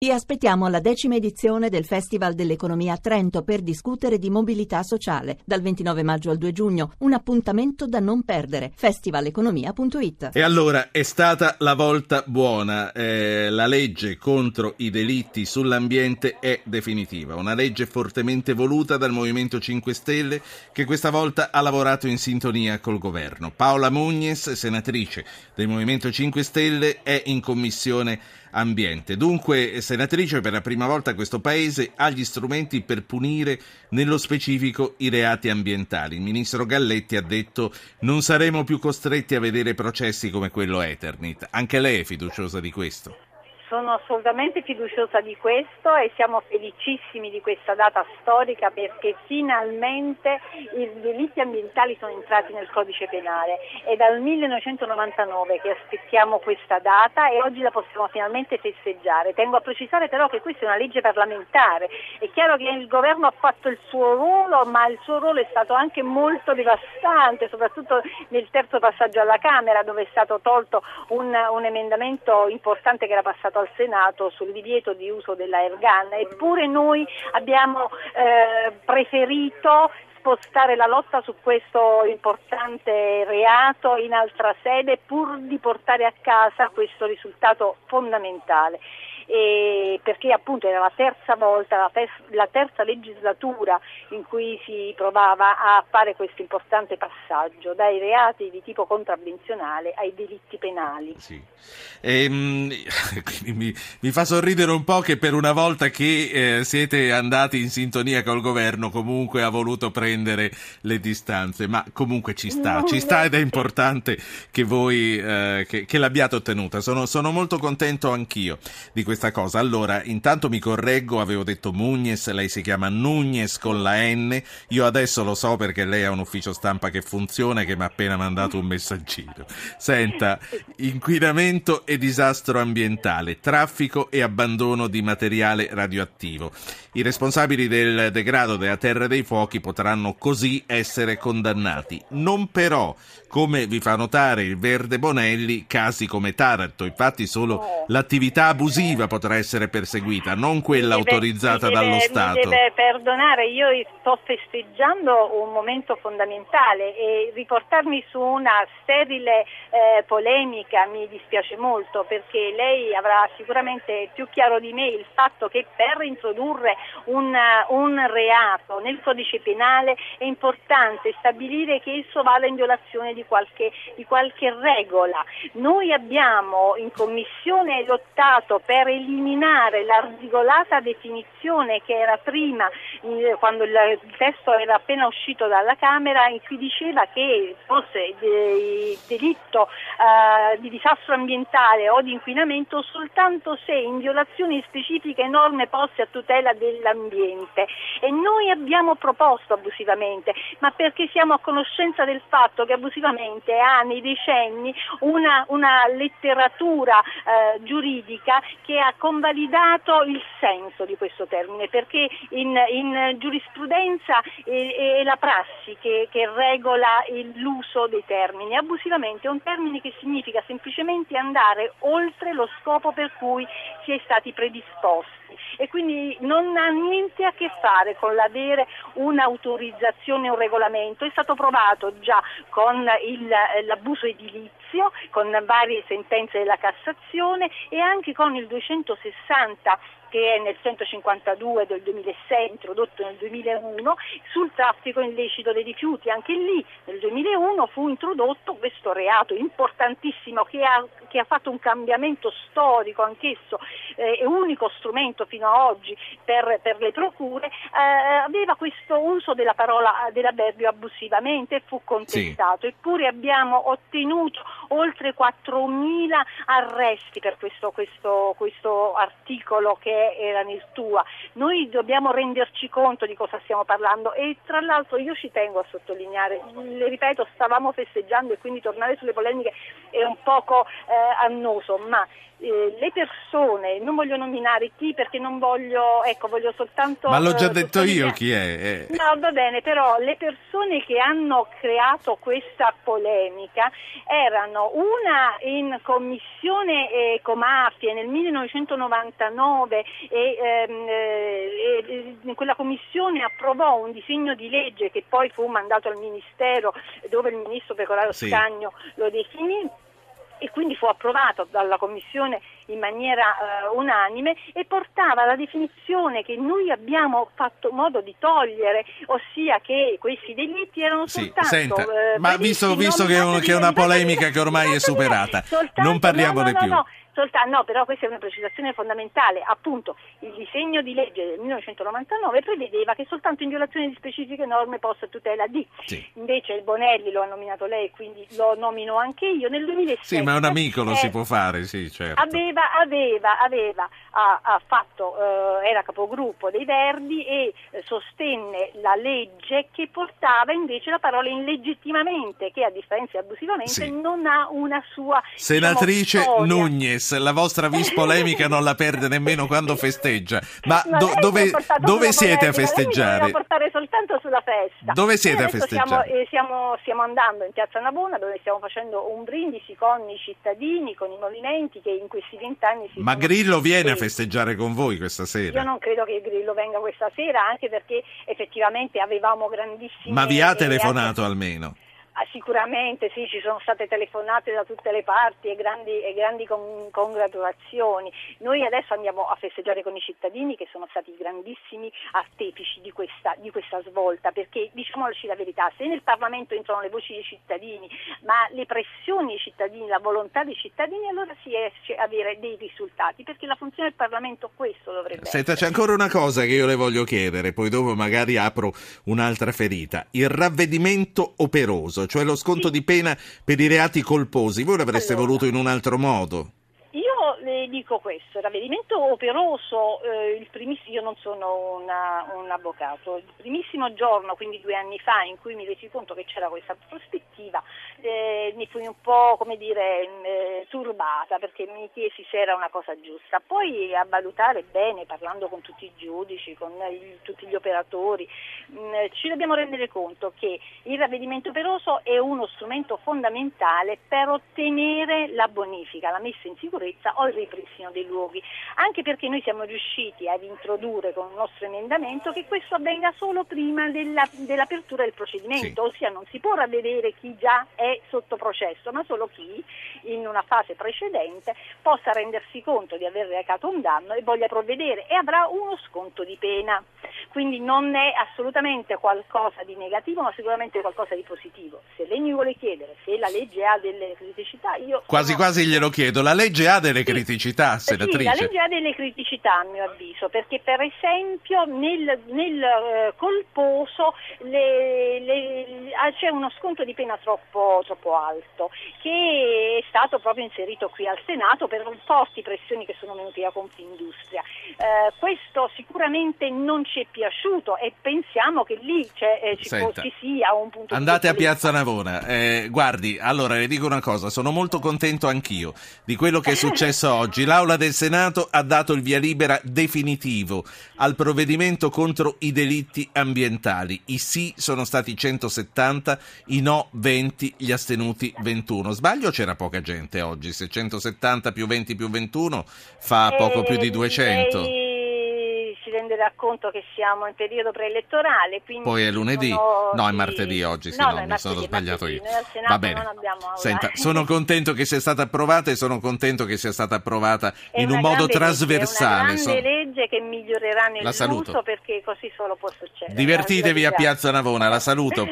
Vi aspettiamo alla 10ª edizione del Festival dell'Economia a Trento per discutere di mobilità sociale. Dal 29 maggio al 2 giugno, un appuntamento da non perdere. festivaleconomia.it. E allora è stata la volta buona. La legge contro i delitti sull'ambiente è definitiva. Una legge fortemente voluta dal Movimento 5 Stelle che questa volta ha lavorato in sintonia col governo. Paola Mugnes, senatrice del Movimento 5 Stelle, è in Commissione Ambiente. Dunque, senatrice, per la prima volta questo Paese ha gli strumenti per punire nello specifico i reati ambientali. Il ministro Galletti ha detto: non saremo più costretti a vedere processi come quello Eternit. Anche lei è fiduciosa di questo? Sono assolutamente fiduciosa di questo e siamo felicissimi di questa data storica perché finalmente i delitti ambientali sono entrati nel codice penale. È dal 1999 che aspettiamo questa data e oggi la possiamo finalmente festeggiare. Tengo a precisare però che questa è una legge parlamentare. È chiaro che il governo ha fatto il suo ruolo, ma il suo ruolo è stato anche molto devastante, soprattutto nel terzo passaggio alla Camera, dove è stato tolto un emendamento importante che era passato al Senato sul divieto di uso della airgun. Eppure noi abbiamo preferito spostare la lotta su questo importante reato in altra sede pur di portare a casa questo risultato fondamentale. Perché appunto era la terza volta, la terza legislatura in cui si provava a fare questo importante passaggio dai reati di tipo contravvenzionale ai delitti penali. Sì. Mi fa sorridere un po' che per una volta che siete andati in sintonia col governo comunque ha voluto prendere le distanze, ma comunque ci sta ed è importante che voi che l'abbiate ottenuta. Sono molto contento anch'io di questa cosa. Allora, intanto mi correggo, avevo detto Mugnes, lei si chiama Nugnes con la N, io adesso lo so perché lei ha un ufficio stampa che funziona e che mi ha appena mandato un messaggino. Senta, inquinamento e disastro ambientale, traffico e abbandono di materiale radioattivo. I responsabili del degrado della Terra dei Fuochi potranno così essere condannati, non però, come vi fa notare il Verde Bonelli, casi come Taranto. Infatti solo l'attività abusiva potrà essere perseguita, non quella autorizzata dallo Stato. Mi deve perdonare, io sto festeggiando un momento fondamentale e riportarmi su una sterile polemica mi dispiace molto, perché lei avrà sicuramente più chiaro di me il fatto che per introdurre un reato nel codice penale è importante stabilire che esso vada in violazione di qualche regola. Noi abbiamo in Commissione lottato per eliminare l'articolata definizione che era prima, quando il testo era appena uscito dalla Camera, in cui diceva che fosse delitto di disastro ambientale o di inquinamento soltanto se in violazione di specifiche norme poste a tutela dell'ambiente. E noi abbiamo proposto abusivamente, ma perché siamo a conoscenza del fatto che abusivamente ha nei decenni una letteratura giuridica che ha convalidato il senso di questo termine, perché in giurisprudenza è la prassi che regola l'uso dei termini. Abusivamente è un termine che significa semplicemente andare oltre lo scopo per cui si è stati predisposti e quindi non ha niente a che fare con l'avere un'autorizzazione o un regolamento. È stato provato già con l'abuso edilizio, con varie sentenze della Cassazione e anche con il 260 che è nel 152 del 2006, introdotto nel 2001, sul traffico illecito dei rifiuti. Anche lì nel 2001 fu introdotto questo reato importantissimo che ha fatto un cambiamento storico anch'esso, è unico strumento fino a oggi per le procure, aveva questo uso della parola, dell'avverbio abusivamente e fu contestato. Sì. Eppure abbiamo ottenuto oltre 4.000 arresti per questo articolo che era nel TUA. Noi dobbiamo renderci conto di cosa stiamo parlando e tra l'altro io ci tengo a sottolineare, le ripeto, stavamo festeggiando e quindi tornare sulle polemiche è un poco annoso, ma le persone, non voglio nominare chi perché non voglio, voglio soltanto... Ma l'ho già detto io chi è. No, va bene, però le persone che hanno creato questa polemica erano una in commissione ecomafie nel 1999 e in quella commissione approvò un disegno di legge che poi fu mandato al Ministero dove il ministro Pecoraro Scanio lo definì e quindi fu approvato dalla Commissione in maniera unanime e portava la definizione che noi abbiamo fatto modo di togliere, ossia che questi delitti erano soltanto... ma visto che è una polemica che ormai è superata, non parliamone più. No, però questa è una precisazione fondamentale. Appunto, il disegno di legge del 1999 prevedeva che soltanto in violazione di specifiche norme possa tutela di. Sì. Invece il Bonelli lo ha nominato lei, quindi lo nomino anche io. Nel 2007. Sì, ma un amico lo si può fare, sì, certo. Ha fatto, era capogruppo dei Verdi e sostenne la legge che portava invece la parola illegittimamente, che a differenza di abusivamente non ha una sua Senatrice storia. Nugnes, la vostra vis polemica non la perde nemmeno quando festeggia. Ma dove siete a festeggiare? Lei mi portare soltanto sulla festa. Dove siete a festeggiare? Stiamo andando in Piazza Navona dove stiamo facendo un brindisi con i cittadini, con i movimenti che in questi 20 anni Ma Grillo viene a festeggiare con voi questa sera? Io non credo che Grillo venga questa sera, anche perché effettivamente avevamo grandissime... Ma vi ha telefonato almeno? Sicuramente sì, ci sono state telefonate da tutte le parti e grandi congratulazioni. Noi adesso andiamo a festeggiare con i cittadini che sono stati grandissimi artefici di questa svolta, perché diciamoci la verità, se nel Parlamento entrano le voci dei cittadini, ma le pressioni dei cittadini, la volontà dei cittadini, allora si riesce a avere dei risultati, perché la funzione del Parlamento questo dovrebbe essere. Senta, c'è ancora una cosa che io le voglio chiedere, poi dopo magari apro un'altra ferita. Il ravvedimento operoso, cioè lo sconto di pena per i reati colposi, voi l'avreste voluto in un altro modo? Io le dico questo, il ravvedimento operoso, io non sono un avvocato, il primissimo giorno, quindi 2 anni fa, in cui mi resi conto che c'era questa prospettiva, mi fui un po', turbata, perché mi chiesi se era una cosa giusta. Poi a valutare bene, parlando con tutti i giudici, con tutti gli operatori, ci dobbiamo rendere conto che il ravvedimento operoso è uno strumento fondamentale per ottenere la bonifica, la messa in sicurezza o il ripristino dei luoghi, anche perché noi siamo riusciti ad introdurre con il nostro emendamento che questo avvenga solo prima dell'apertura del procedimento, ossia non si può ravvedere chi già è sotto processo, ma solo chi in una fase precedente possa rendersi conto di aver recato un danno e voglia provvedere, e avrà uno sconto di pena. Quindi non è assolutamente qualcosa di negativo, ma sicuramente qualcosa di positivo. Se lei mi vuole chiedere se la legge ha delle criticità, io... Quasi glielo chiedo, la legge ha delle criticità, senatrice? Sì, la legge ha delle criticità a mio avviso, perché per esempio nel colposo c'è uno sconto di pena troppo alto, che è stato proprio inserito qui al Senato per forti pressioni che sono venute da Confindustria. Questo sicuramente non ci è piaciuto e pensiamo che lì ci sia un punto. Andate a Piazza Navona. Guardi, allora le dico una cosa, sono molto contento anch'io di quello che è successo oggi. L'Aula del Senato ha dato il via libera definitivo al provvedimento contro i delitti ambientali. I sì sono stati 170, i no 20, gli astenuti 21. Sbaglio, c'era poca gente oggi? Se 170 più 20 più 21 fa poco più di 200. Si renderà conto che siamo in periodo preelettorale, quindi poi è lunedì? No, è martedì oggi, mi sono sbagliato io. Va bene. Senta, sono contento che sia stata approvata e sono contento che sia stata approvata in un modo trasversale. È una grande legge che migliorerà nell'uso, perché così solo può succedere. Divertitevi a Piazza Navona, la saluto.